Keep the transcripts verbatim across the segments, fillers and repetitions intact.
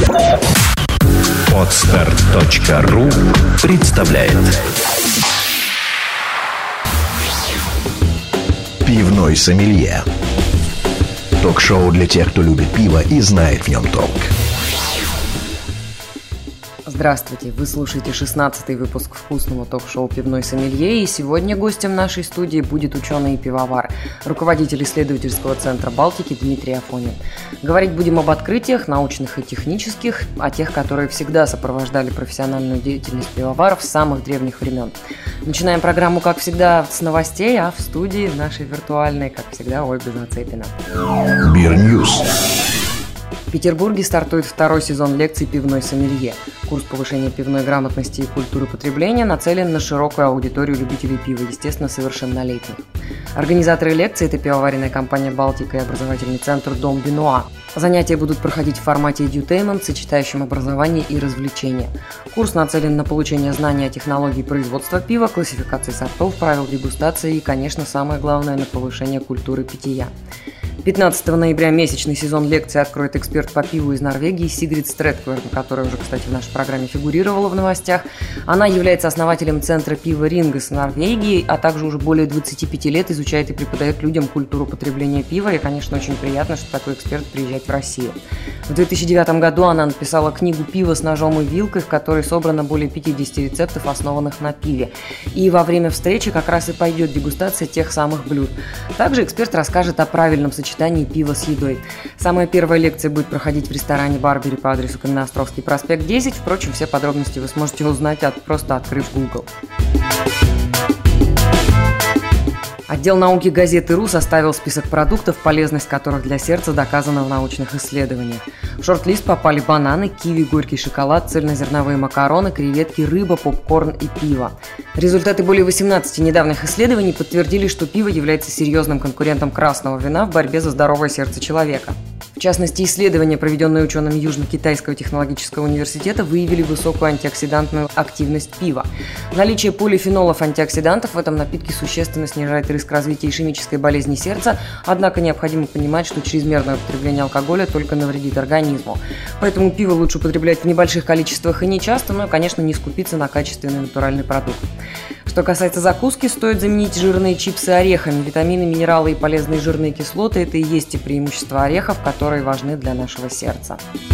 Подстарт точка ру представляет «Пивной сомелье». Ток-шоу для тех, кто любит пиво и знает в нем толк. Здравствуйте, вы слушаете шестнадцатый выпуск вкусного ток-шоу «Пивной сомелье», и сегодня гостем нашей студии будет ученый и пивовар, руководитель исследовательского центра Балтики Дмитрий Афонин. Говорить будем об открытиях, научных и технических, о тех, которые всегда сопровождали профессиональную деятельность пивоваров с самых древних времен. Начинаем программу, как всегда, с новостей, а в студии нашей виртуальной, как всегда, Ольга Зацепина. Бир-ньюс. В Петербурге стартует второй сезон лекций «Пивной сомелье». Курс повышения пивной грамотности и культуры потребления нацелен на широкую аудиторию любителей пива, естественно, совершеннолетних. Организаторы лекции – это пивоваренная компания «Балтика» и образовательный центр «Дом Бенуа». Занятия будут проходить в формате edutainment, сочетающем образование и развлечения. Курс нацелен на получение знаний о технологии производства пива, классификации сортов, правил дегустации и, конечно, самое главное, на повышение культуры питья. пятнадцатого ноября месячный сезон лекций откроет эксперт по пиву из Норвегии Сигрид Стрэдкверн, которая уже, кстати, в нашей программе фигурировала в новостях. Она является основателем центра пива Рингас в Норвегии, а также уже более двадцати пяти лет изучает и преподает людям культуру потребления пива. И, конечно, очень приятно, что такой эксперт приезжает в Россию. В две тысячи девятом году она написала книгу «Пиво с ножом и вилкой», в которой собрано более пятидесяти рецептов, основанных на пиве. И во время встречи как раз и пойдет дегустация тех самых блюд. Также эксперт расскажет о правильном сочетании пива с едой. Самая первая лекция будет проходить в ресторане «Барбери» по адресу Каменноостровский проспект десять. Впрочем, все подробности вы сможете узнать, от, просто открыв Google. Отдел науки газеты «РУ» составил список продуктов, полезность которых для сердца доказана в научных исследованиях. В шорт-лист попали бананы, киви, горький шоколад, цельнозерновые макароны, креветки, рыба, попкорн и пиво. Результаты более восемнадцати недавних исследований подтвердили, что пиво является серьезным конкурентом красного вина в борьбе за здоровое сердце человека. В частности, исследования, проведенные учеными Южно-Китайского технологического университета, выявили высокую антиоксидантную активность пива. Наличие полифенолов-антиоксидантов в этом напитке существенно снижает риск развития ишемической болезни сердца, однако необходимо понимать, что чрезмерное употребление алкоголя только навредит организму. Поэтому пиво лучше употреблять в небольших количествах и не часто, но, конечно, не скупиться на качественный натуральный продукт. Что касается закуски, стоит заменить жирные чипсы орехами. Витамины, минералы и полезные жирные кислоты – это и есть те преимущества орехов, которые важны для нашего сердца.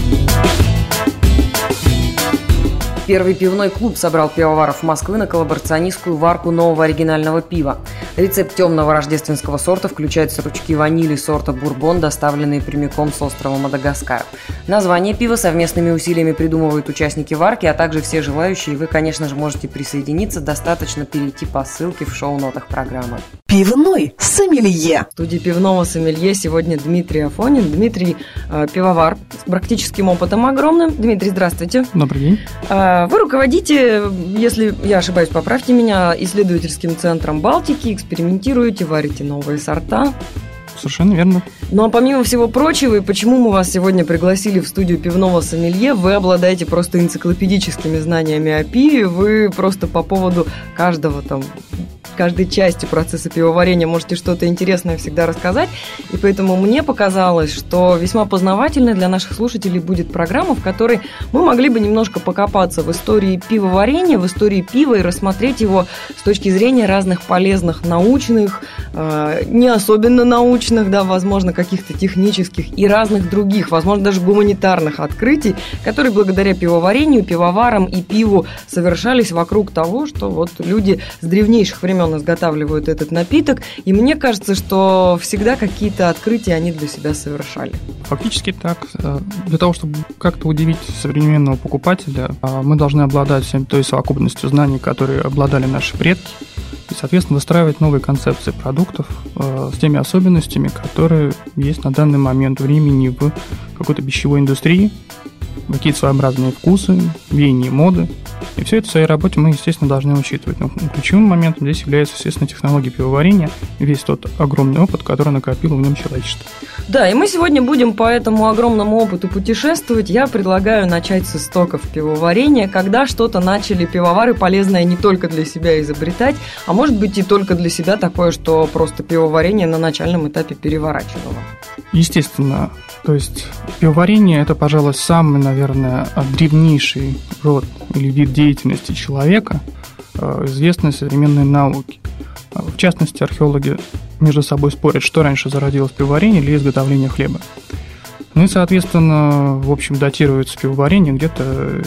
Первый пивной клуб собрал пивоваров Москвы на коллаборационистскую варку нового оригинального пива. Рецепт темного рождественского сорта включает стручки ванили сорта бурбон, доставленные прямиком с острова Мадагаскар. Название пива совместными усилиями придумывают участники варки, а также все желающие. Вы, конечно же, можете присоединиться, достаточно перейти по ссылке в шоу-нотах программы. Пивной сомелье. В студии пивного сомелье сегодня Дмитрий Афонин. Дмитрий э, пивовар с практическим опытом огромным. Дмитрий, здравствуйте. Добрый день. Э, вы руководите, если я ошибаюсь, поправьте меня, исследовательским центром Балтики, экспериментируете, варите новые сорта. Совершенно верно. Ну а помимо всего прочего, и почему мы вас сегодня пригласили в студию пивного сомелье, вы обладаете просто энциклопедическими знаниями о пиве, вы просто по поводу каждого там... каждой части процесса пивоварения можете что-то интересное всегда рассказать. И поэтому мне показалось, что весьма познавательной для наших слушателей будет программа, в которой мы могли бы немножко покопаться в истории пивоварения, в истории пива и рассмотреть его с точки зрения разных полезных научных, э, не особенно научных, да, возможно, каких-то технических и разных других, возможно, даже гуманитарных открытий, которые благодаря пивоварению, пивоварам и пиву совершались вокруг того, что вот люди с древнейших времен изготавливают этот напиток, и мне кажется, что всегда какие-то открытия они для себя совершали. Фактически так. Для того, чтобы как-то удивить современного покупателя, мы должны обладать всей той совокупностью знаний, которые обладали наши предки, и, соответственно, выстраивать новые концепции продуктов с теми особенностями, которые есть на данный момент времени в какой-то пищевой индустрии, какие-то своеобразные вкусы, веяния моды. И все это в своей работе мы, естественно, должны учитывать. Но ключевым моментом здесь является, естественно, технология пивоварения и весь тот огромный опыт, который накопило в нем человечество. Да, и мы сегодня будем по этому огромному опыту путешествовать. Я предлагаю начать с истоков пивоварения, когда что-то начали пивовары полезное не только для себя изобретать, а может быть и только для себя такое, что просто пивоварение на начальном этапе переворачивало. Естественно, То есть пивоварение – это, пожалуй, самый, наверное, древнейший род или вид деятельности человека, известный современной науке. В частности, археологи между собой спорят, что раньше зародилось пивоварение или изготовление хлеба. Ну и, соответственно, в общем, датируется пивоварение где-то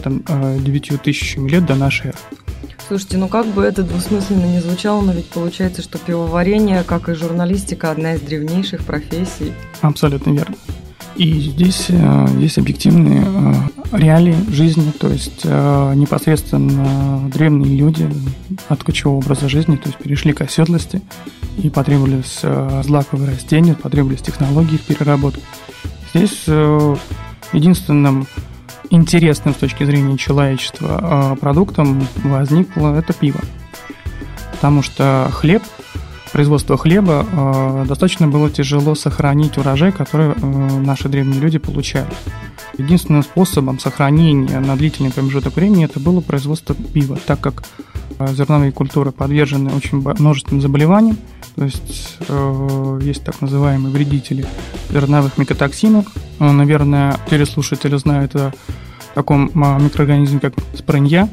девятью тысячами лет до нашей эры. Слушайте, ну как бы это двусмысленно не звучало, но ведь получается, что пивоварение, как и журналистика, одна из древнейших профессий. Абсолютно верно. И здесь есть объективные реалии жизни, то есть непосредственно древние люди от кочевого образа жизни, то есть перешли к оседлости и потребовались злаковые растения, потребовались технологии их переработки. Здесь единственным интересным с точки зрения человечества продуктом возникло это пиво. Потому что хлеб, производство хлеба достаточно было тяжело сохранить урожай, который наши древние люди получали. Единственным способом сохранения на длительный промежуток времени это было производство пива, так как зерновые культуры подвержены очень множественным заболеваниям, то есть э, есть так называемые вредители зерновых микотоксинов. Наверное, телеслушатели знают о таком микроорганизме, как спорынья,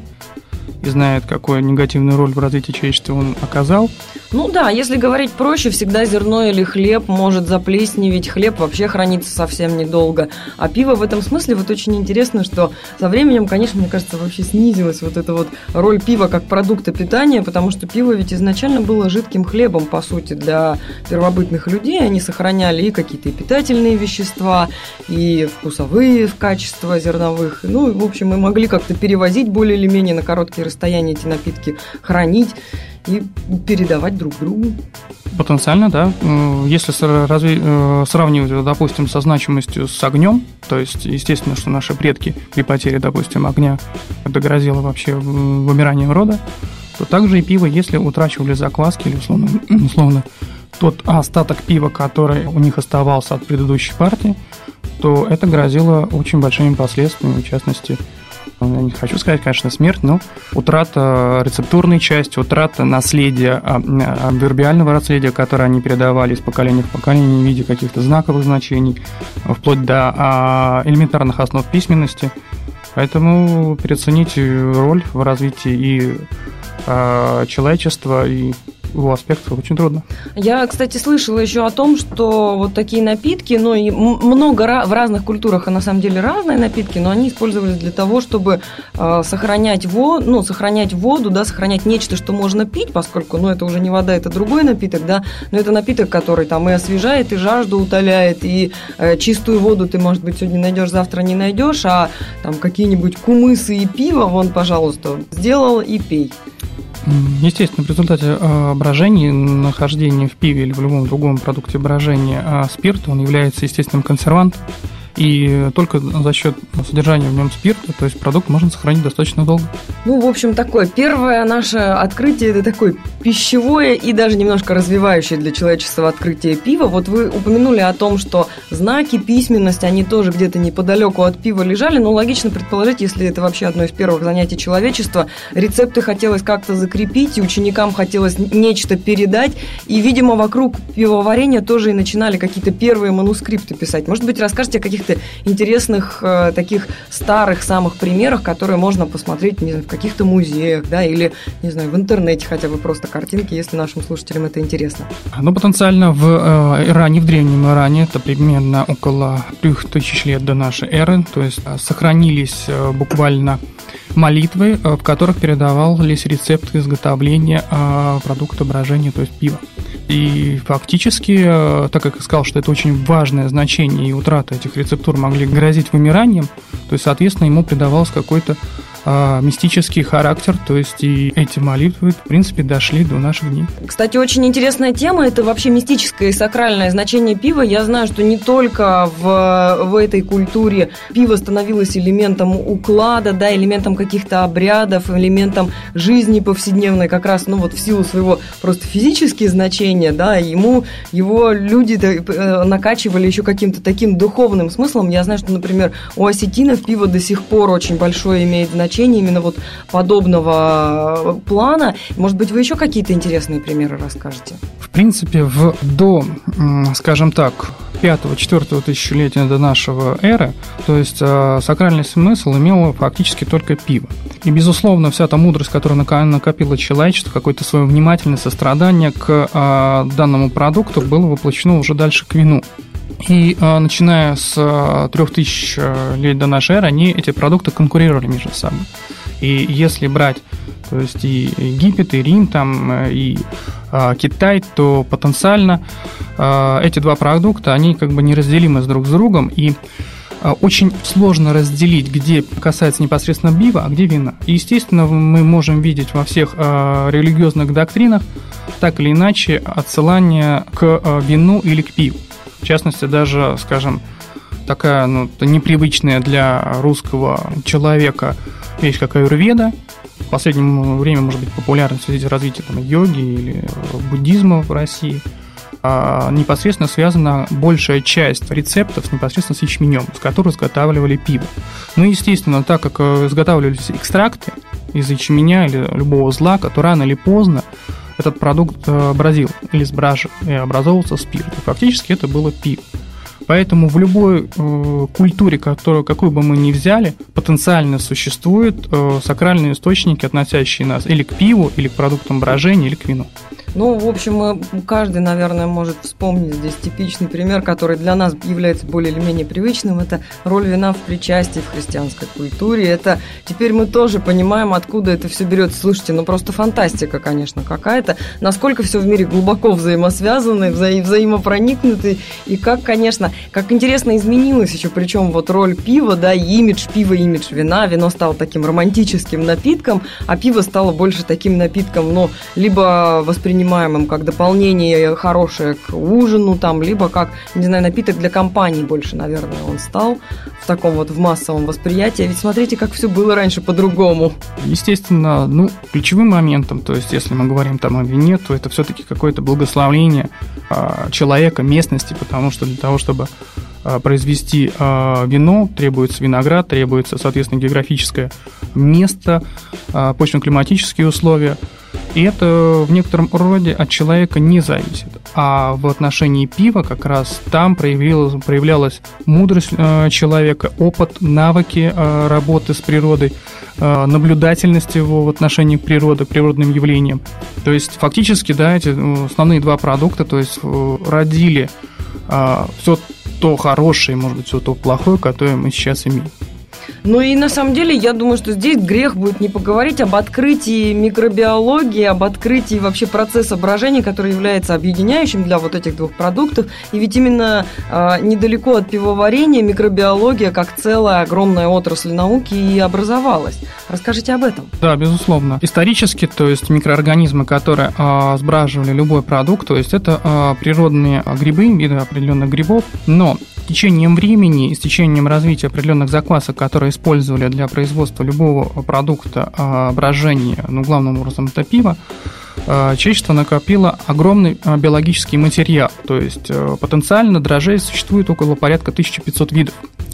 и знает, какую негативную роль в развитии человечества он оказал. Ну да, если говорить проще, всегда зерно или хлеб может заплесневеть, хлеб вообще хранится совсем недолго. А пиво в этом смысле вот очень интересно, что со временем, конечно, мне кажется, вообще снизилась вот эта вот роль пива как продукта питания, потому что пиво ведь изначально было жидким хлебом, по сути, для первобытных людей. Они сохраняли и какие-то и питательные вещества, и вкусовые качества зерновых. Ну, в общем, и могли как-то перевозить более или менее на короткие расстояния эти напитки, хранить и передавать друг другу. Потенциально, да. Если сравнивать, допустим, со значимостью с огнем, то есть, естественно, что наши предки при потере, допустим, огня это грозило вообще вымиранием рода, то также и пиво, если утрачивали закваски или условно, условно тот остаток пива, который у них оставался от предыдущей партии, то это грозило очень большими последствиями, в частности, я не хочу сказать, конечно, смерть, но утрата рецептурной части, утрата наследия, вербиального наследия, которое они передавали из поколения в поколение в виде каких-то знаковых значений, вплоть до элементарных основ письменности. Поэтому переоценить роль в развитии и человечества, и его аспектов очень трудно. Я, кстати, слышала еще о том, что вот такие напитки, ну и много в разных культурах, а на самом деле разные напитки, но они использовались для того, чтобы э, сохранять воду, ну, сохранять воду, да, сохранять нечто, что можно пить, поскольку, ну, это уже не вода, это другой напиток, да, но это напиток, который там и освежает, и жажду утоляет, и э, чистую воду ты, может быть, сегодня найдешь, завтра не найдешь, а там какие-нибудь кумысы и пиво, вон, пожалуйста, сделал и пей. Естественно, в результате брожения, нахождения в пиве или в любом другом продукте брожения спирта, он является естественным консервантом, и только за счет содержания в нем спирта, то есть продукт можно сохранить достаточно долго. Ну, в общем, такое первое наше открытие, это такое пищевое и даже немножко развивающее для человечества открытие пива. Вот вы упомянули о том, что знаки, письменность, они тоже где-то неподалеку от пива лежали, но логично предположить, если это вообще одно из первых занятий человечества, рецепты хотелось как-то закрепить, и ученикам хотелось нечто передать, и, видимо, вокруг пивоварения тоже и начинали какие-то первые манускрипты писать. Может быть, расскажете о каких-то интересных э, таких старых самых примерах, которые можно посмотреть, не знаю, в каких-то музеях, да, или, не знаю, в интернете хотя бы просто картинки, если нашим слушателям это интересно. Ну, потенциально в э, Иране, в древнем Иране, это примерно около трех тысяч лет до нашей эры, то есть сохранились э, буквально молитвы, э, в которых передавались рецепты изготовления э, продукта брожения, то есть пива. И фактически, э, так как я сказал, что это очень важное значение, и утрата этих рецептур могли грозить вымиранием, то есть, соответственно, ему придавался какой-то э, мистический характер, то есть и эти молитвы, в принципе, дошли до наших дней. Кстати, очень интересная тема, это вообще мистическое и сакральное значение пива. Я знаю, что не только в, в этой культуре пиво становилось элементом уклада, да, элементом каких-то обрядов, элементом жизни повседневной, как раз, ну вот в силу своего просто физические значения, да, ему его люди накачивали еще каким-то таким духовным смыслом. Я знаю, что, например, у осетинов пиво до сих пор очень большое имеет значение, развлечений именно вот подобного плана. Может быть, вы еще какие-то интересные примеры расскажете? В принципе, в, до, скажем так, пятого-четвертого тысячелетия до нашего эры, то есть сакральный смысл имело фактически только пиво. И, безусловно, вся та мудрость, которую накопило человечество, какое-то свое внимательное сострадание к а, данному продукту было воплощено уже дальше к вину. И а, начиная с а, трех тысяч лет до нашей эры, они, эти продукты конкурировали между собой. И если брать, то есть и Египет, и Рим, там, и а, Китай, то потенциально а, эти два продукта, они как бы неразделимы друг с другом, и очень сложно разделить, где касается непосредственно пива, а где вина. И, естественно, мы можем видеть во всех э, религиозных доктринах так или иначе отсылание к э, вину или к пиву. В частности, даже, скажем, такая ну, непривычная для русского человека вещь, как аюрведа, в последнее время может быть популярна в связи с развитием там, йоги или буддизма в России. Непосредственно связана большая часть рецептов непосредственно с ячменем, с которого изготавливали пиво. Ну, естественно, так как изготавливались экстракты из ячменя или любого зла, то рано или поздно этот продукт бродил или сбраживал, и образовывался спирт. И фактически это было пиво. Поэтому в любой э, культуре, которую, какую бы мы ни взяли, потенциально существуют э, сакральные источники, относящие нас или к пиву, или к продуктам брожения, или к вину. Ну, в общем, каждый, наверное, может вспомнить здесь типичный пример, который для нас является более или менее привычным. Это роль вина в причастии в христианской культуре. Это теперь мы тоже понимаем, откуда это все берется. Слушайте, ну просто фантастика, конечно, какая-то. Насколько все в мире глубоко взаимосвязано, вза- взаимопроникнуто. И как, конечно, как интересно изменилось еще, причем вот роль пива, да, имидж пива, имидж вина. Вино стало таким романтическим напитком, а пиво стало больше таким напитком, ну, либо воспринимаемым как дополнение хорошее к ужину, там, либо как, не знаю, напиток для компании больше, наверное, он стал в таком вот в массовом восприятии. Ведь смотрите, как все было раньше по-другому. Естественно, ну, ключевым моментом, то есть если мы говорим там о вине, то это все-таки какое-то благословление э, человека, местности, потому что для того, чтобы э, произвести э, вино, требуется виноград, требуется, соответственно, географическое место, э, почвенно-климатические условия. И это в некотором роде от человека не зависит. А в отношении пива как раз там проявилась, проявлялась мудрость э, человека, опыт, навыки э, работы с природой, э, наблюдательность его в отношении природы, к природным явлениям. То есть фактически, да, эти основные два продукта, то есть э, родили э, все то хорошее, может быть, все то плохое, которое мы сейчас имеем. Ну и на самом деле, я думаю, что здесь грех будет не поговорить об открытии микробиологии, об открытии вообще процесса брожения, который является объединяющим для вот этих двух продуктов. И ведь именно э, недалеко от пивоварения микробиология как целая огромная отрасль науки и образовалась. Расскажите об этом. Да, безусловно. Исторически, то есть микроорганизмы, которые э, сбраживали любой продукт, то есть это э, природные грибы, виды определенных грибов, но с течением времени и с течением развития определенных заквасок, которые использовали для производства любого продукта э, брожения, ну, главным образом это пиво, э, человечество накопило огромный э, биологический материал, то есть э, потенциально дрожжей существует около порядка тысяча пятьсот видов.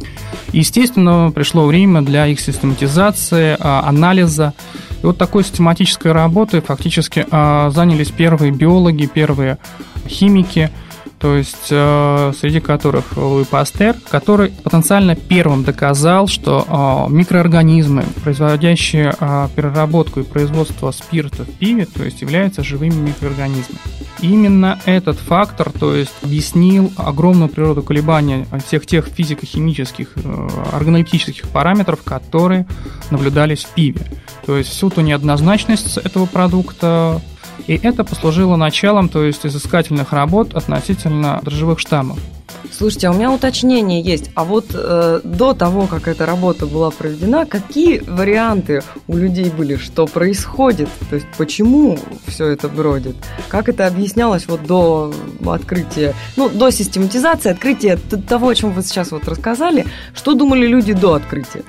Естественно, пришло время для их систематизации, э, анализа. И вот такой систематической работой фактически э, занялись первые биологи, первые химики, то есть э, среди которых Луи Пастер, который потенциально первым доказал, что э, микроорганизмы, производящие э, переработку и производство спирта в пиве, то есть являются живыми микроорганизмами. Именно этот фактор, то есть объяснил огромную природу колебания всех тех физико-химических, э, органолептических параметров, которые наблюдались в пиве. То есть всю ту неоднозначность этого продукта. И это послужило началом, то есть изыскательных работ относительно дрожжевых штаммов. Слушайте, а у меня уточнение есть. А вот э, до того, как эта работа была проведена, какие варианты у людей были, что происходит? То есть почему все это бродит? Как это объяснялось вот до открытия, ну, до систематизации, открытия того, о чем вы сейчас вот рассказали? Что думали люди до открытия?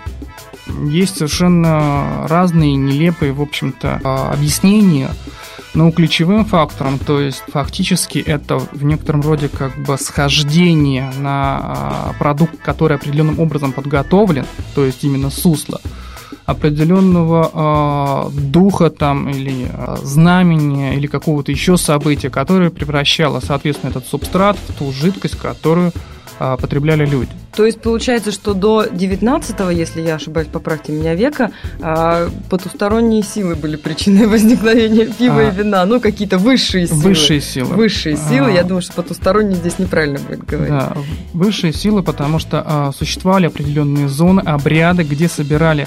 Есть совершенно разные, нелепые, в общем-то, объяснения. Но ключевым фактором, то есть фактически это в некотором роде как бы схождение на продукт, который определенным образом подготовлен, то есть именно сусло, определенного э, духа там, или э, знамения, или какого-то еще события, которое превращало, соответственно, этот субстрат в ту жидкость, которую э, потребляли люди. То есть получается, что до девятнадцатого, если я ошибаюсь, поправьте меня, века, потусторонние силы были причиной возникновения пива а, и вина, ну какие-то высшие силы. Высшие силы. Высшие силы, а, я думаю, что потусторонние здесь неправильно будет говорить. Да, высшие силы, потому что а, существовали определенные зоны, обряды, где собирали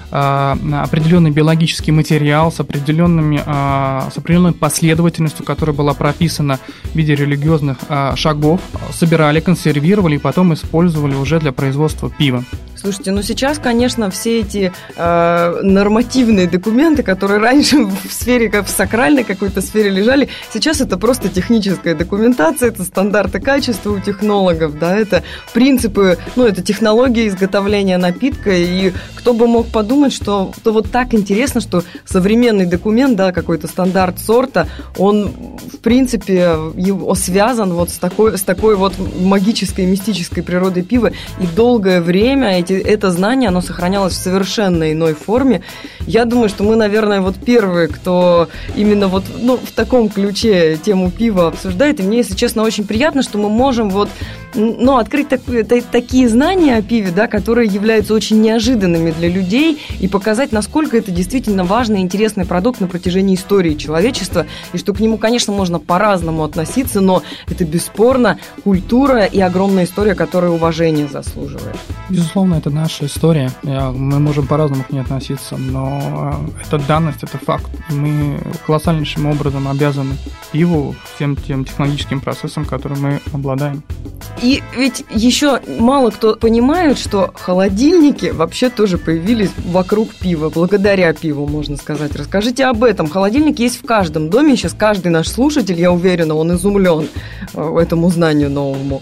а, определенный биологический материал с, определенными, а, с определенной последовательностью, которая была прописана в виде религиозных а, шагов, собирали, консервировали и потом использовали уже для производства пива. Слушайте, ну сейчас, конечно, все эти э, нормативные документы, которые раньше в сфере, как в сакральной какой-то сфере лежали, сейчас это просто техническая документация, это стандарты качества у технологов, да, это принципы, ну, это технология изготовления напитка, и кто бы мог подумать, что то вот так интересно, что современный документ, да, какой-то стандарт сорта, он, в принципе, его связан вот с такой, с такой вот магической, мистической природой пива, и долгое время эти, это знание, оно сохранялось в совершенно иной форме. Я думаю, что мы, наверное, вот первые, кто именно вот, ну, в таком ключе тему пива обсуждает, и мне, если честно, очень приятно, что мы можем вот, ну, открыть так, такие знания о пиве, да, которые являются очень неожиданными для людей, и показать, насколько это действительно важный и интересный продукт на протяжении истории человечества, и что к нему, конечно, можно по-разному относиться, но это бесспорно культура и огромная история, которая уважения заслуживает. Безусловно, это наша история. Мы можем по-разному к ней относиться, но это данность, это факт. Мы колоссальнейшим образом обязаны пиву, всем тем технологическим процессам, которым мы обладаем. И ведь еще мало кто понимает, что холодильники вообще тоже появились вокруг пива, благодаря пиву, можно сказать. Расскажите об этом. Холодильник есть в каждом доме. Сейчас каждый наш слушатель, я уверена, он изумлен этому знанию новому.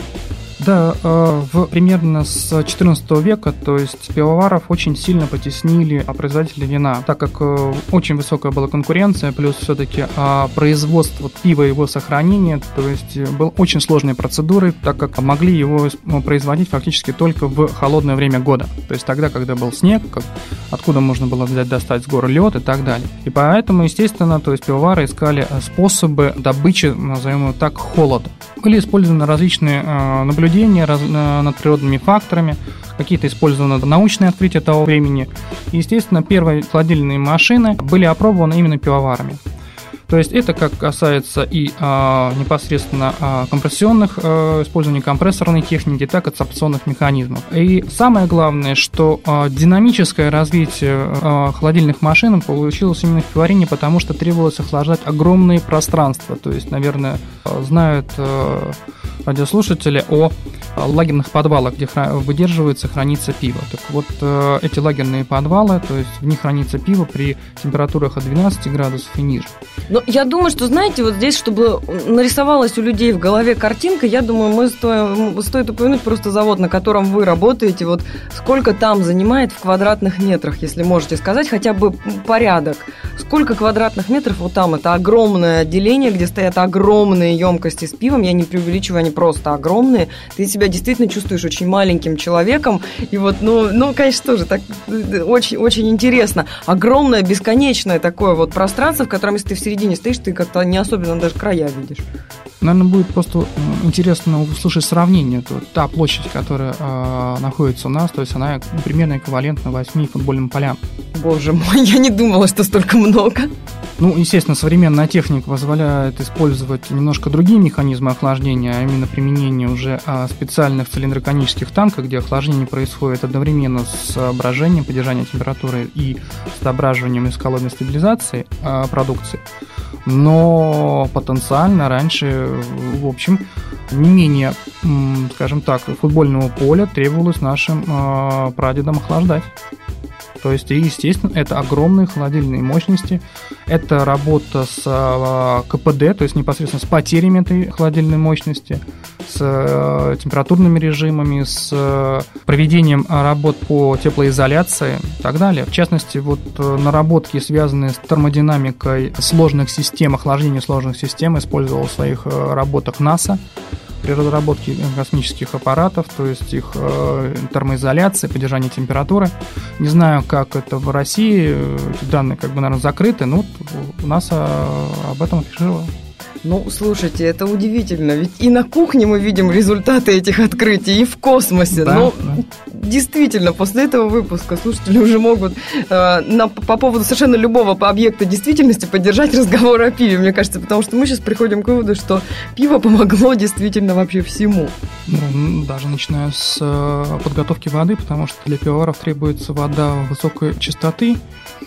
Да, в, примерно с четырнадцатого века, то есть пивоваров очень сильно потеснили производители вина, так как очень высокая была конкуренция, плюс все-таки производство пива и его сохранение, то есть был очень сложной процедурой, так как могли его производить фактически только в холодное время года, то есть тогда, когда был снег, откуда можно было взять, достать с гор лед и так далее. И поэтому, естественно, то есть пивовары искали способы добычи, назовем его так, холода. Были использованы различные наблюдения над природными факторами, какие-то использованы научные открытия того времени. И, естественно, первые холодильные машины были опробованы именно пивоварами. То есть это как касается и а, непосредственно а, компрессионных, а, использования компрессорной техники, так и абсорбционных механизмов. И самое главное, что а, динамическое развитие а, холодильных машин получилось именно в пивоварении, потому что требовалось охлаждать огромные пространства. То есть, наверное, знают а, радиослушатели о лагерных подвалах, где выдерживается, хранится пиво. Так вот, эти лагерные подвалы, то есть в них хранится пиво при температурах от двенадцати градусов и ниже. Но я думаю, что, знаете, вот здесь, чтобы нарисовалась у людей в голове картинка, я думаю, мы стоим, стоит упомянуть просто завод, на котором вы работаете, вот сколько там занимает в квадратных метрах, если можете сказать, хотя бы порядок. Сколько квадратных метров вот там? Это огромное отделение, где стоят огромные емкости с пивом, я не преувеличиваю, они просто огромные. Ты себя действительно чувствуешь очень маленьким человеком. И вот, ну, ну конечно, тоже так очень, очень интересно. Огромное, бесконечное такое вот пространство, в котором, если ты в середине стоишь, ты как-то не особенно даже края видишь. Наверное, будет просто интересно услышать сравнение. То, та площадь, которая э, находится у нас, то есть она примерно эквивалентна восьми футбольным полям. Боже мой, я не думала, что столько много. Ну, естественно, современная техника позволяет использовать немножко другие механизмы охлаждения, а именно применение уже специальных цилиндроконических танков, где охлаждение происходит одновременно с брожением, поддержанием температуры и с дображиванием из холодной стабилизации продукции. Но потенциально раньше, в общем, не менее, скажем так, футбольного поля требовалось нашим прадедам охлаждать. То есть, и, естественно, это огромные холодильные мощности, это работа с КПД, то есть непосредственно с потерями этой холодильной мощности, с температурными режимами, с проведением работ по теплоизоляции и так далее. В частности, вот наработки, связанные с термодинамикой сложных систем, охлаждения сложных систем, использовал в своих работах НАСА. при разработке космических аппаратов, то есть их термоизоляции, поддержание температуры. Не знаю, как это в России, эти данные, как бы, наверное, закрыты, но у нас об этом афишировано. Ну, слушайте, это удивительно, ведь и на кухне мы видим результаты этих открытий, и в космосе. Да, Но да. Действительно, после этого выпуска слушатели уже могут э, на, по поводу совершенно любого объекта действительности поддержать разговор о пиве, мне кажется, потому что мы сейчас приходим к выводу, что пиво помогло действительно вообще всему. Ну, даже начиная с э, подготовки воды, потому что для пивоваров требуется вода высокой частоты,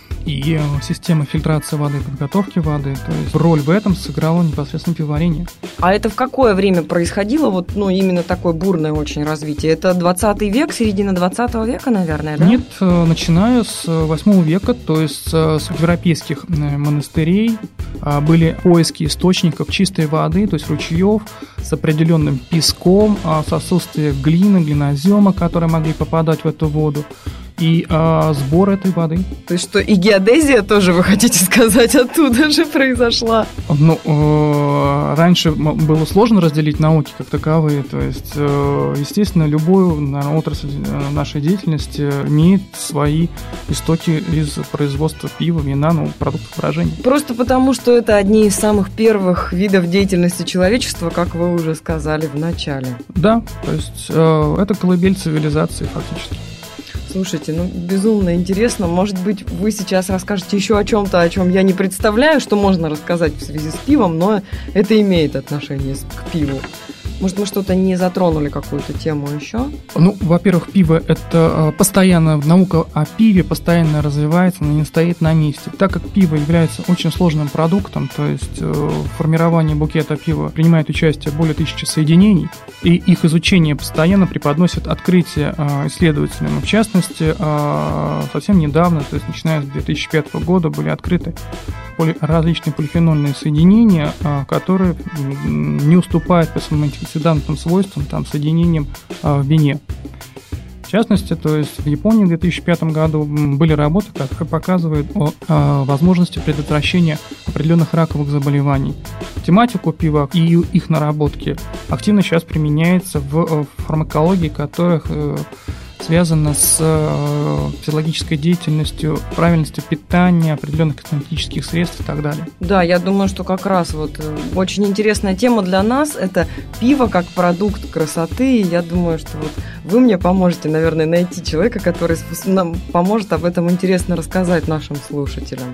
и система фильтрации воды и подготовки воды. То есть роль в этом сыграло непосредственно пивоварение. А это в какое время происходило, вот, ну, именно такое бурное очень развитие? Это двадцатый век, середина двадцатого века, наверное, да? Нет, начиная с восьмого века, то есть с европейских монастырей, были поиски источников чистой воды, то есть ручьев с определенным песком, с отсутствием глины, глинозема, которые могли попадать в эту воду, и а, сбор этой воды. То есть что, и геодезия тоже, вы хотите сказать, оттуда же произошла? Ну, э, раньше было сложно разделить науки как таковые, то есть, э, естественно, любую, наверное, отрасль нашей деятельности имеет свои истоки из производства пива, вина, ну, продуктов брожения. Просто потому, что это одни из самых первых видов деятельности человечества, как вы уже сказали в начале. Да, то есть э, это колыбель цивилизации фактически. Слушайте, ну, безумно интересно. Может быть, вы сейчас расскажете еще о чем-то, о чем я не представляю, что можно рассказать в связи с пивом, но это имеет отношение к пиву. Может, мы что-то не затронули, какую-то тему еще? Ну, во-первых, пиво – это постоянно, наука о пиве постоянно развивается, но не стоит на месте. Так как пиво является очень сложным продуктом, то есть в формировании букета пива принимает участие более тысячи соединений, и их изучение постоянно преподносит открытие исследователям. В частности, совсем недавно, то есть начиная с две тысячи пятого года, были открыты различные полифенольные соединения, которые не уступают по своим антиоксидантным свойствам там, соединениям в вине. В частности, то есть в Японии в две тысячи пятом году были работы, которые показывают о, о возможности предотвращения определенных раковых заболеваний. Тематику пива и их наработки активно сейчас применяется в фармакологии, которых связано с э, физиологической деятельностью, правильностью питания, определенных косметических средств и так далее. Да, я думаю, что как раз вот очень интересная тема для нас – это пиво как продукт красоты. И я думаю, что вот вы мне поможете, наверное, найти человека, который нам поможет об этом интересно рассказать нашим слушателям.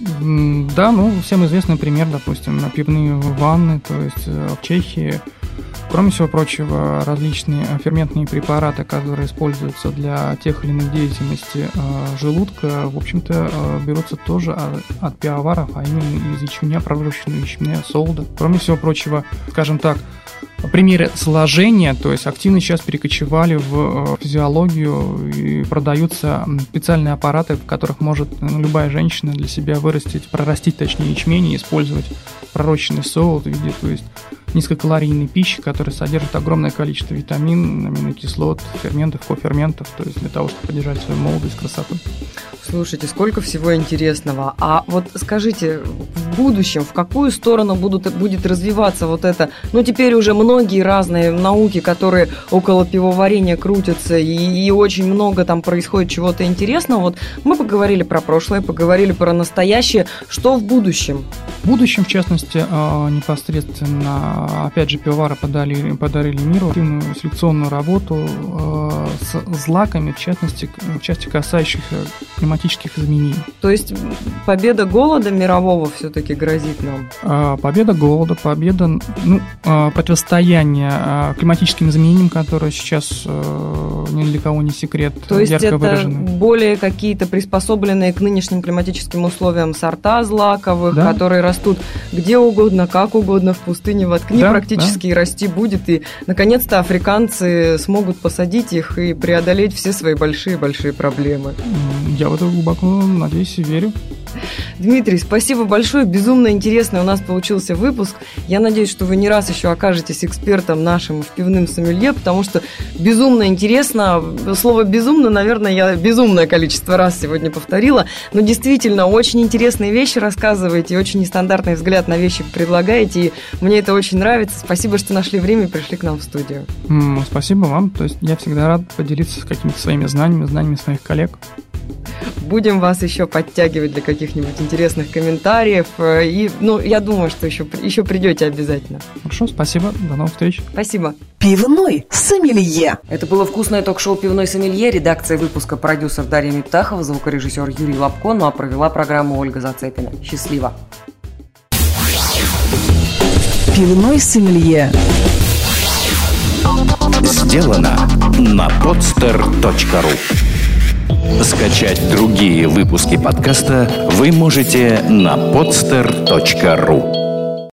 Да, ну, всем известный пример, допустим, пивные ванны, то есть в Чехии. Кроме всего прочего, различные ферментные препараты, которые используются для тех или иных деятельностей желудка, в общем-то, берутся тоже от пивоваров, а именно из ячменя, пророщенного ячменя, солода. Кроме всего прочего, скажем так, примеры сложения, то есть активно сейчас перекочевали в физиологию и продаются специальные аппараты, в которых может любая женщина для себя вырастить, прорастить, точнее, ячмень и использовать пророщенный солод в виде, то есть низкокалорийной пищи, которая содержит огромное количество витамин, аминокислот, ферментов, коферментов, то есть для того, чтобы поддержать свою молодость, красоту. Слушайте, сколько всего интересного. А вот скажите, в будущем, в какую сторону будут, будет развиваться вот это, ну, теперь уже многие разные науки, которые около пивоварения крутятся, и, и очень много там происходит чего-то интересного. Вот мы поговорили про прошлое, поговорили про настоящее. Что в будущем? В будущем, в частности, непосредственно, опять же, пивовары подарили, подарили миру активную селекционную работу с злаками, в частности, в части касающихся климатических изменений. То есть победа голода мирового все-таки грозит нам? Победа голода, победа, ну, противостояние климатическим изменениям, которые сейчас ни для кого не секрет, То есть ярко это выражены. Более какие-то приспособленные к нынешним климатическим условиям сорта злаковых, да, которые растут где угодно, как угодно, в пустыне, воткни, да, практически, да, и расти будет. И, наконец-то, африканцы смогут посадить их и преодолеть все свои большие-большие проблемы. Я в это глубоко надеюсь и верю. Дмитрий, спасибо большое. Безумно интересный у нас получился выпуск. Я надеюсь, что вы не раз еще окажетесь экспертом нашим в пивным сомелье, потому что безумно интересно. Слово «безумно», наверное, я безумное количество раз сегодня повторила. Но действительно, очень интересные вещи рассказываете, очень нестандартный взгляд на вещи предлагаете. И мне это очень нравится. Спасибо, что нашли время и пришли к нам в студию. Mm, спасибо вам. То есть я всегда рад поделиться с какими-то своими знаниями, знаниями своих коллег. Будем вас еще подтягивать для каких-нибудь интересных комментариев. И, ну, я думаю, что еще, еще придете обязательно. Хорошо, спасибо. До новых встреч. Спасибо. Пивной сомелье. Это было вкусное ток-шоу «Пивной сомелье». Редакция выпуска — продюсер Дарья Миптахова, звукорежиссер Юрий Лапко. Ну а провела программу Ольга Зацепина. Счастливо. Пивной сомелье. Сделано на podster точка ru. Скачать другие выпуски подкаста вы можете на podster точка ru.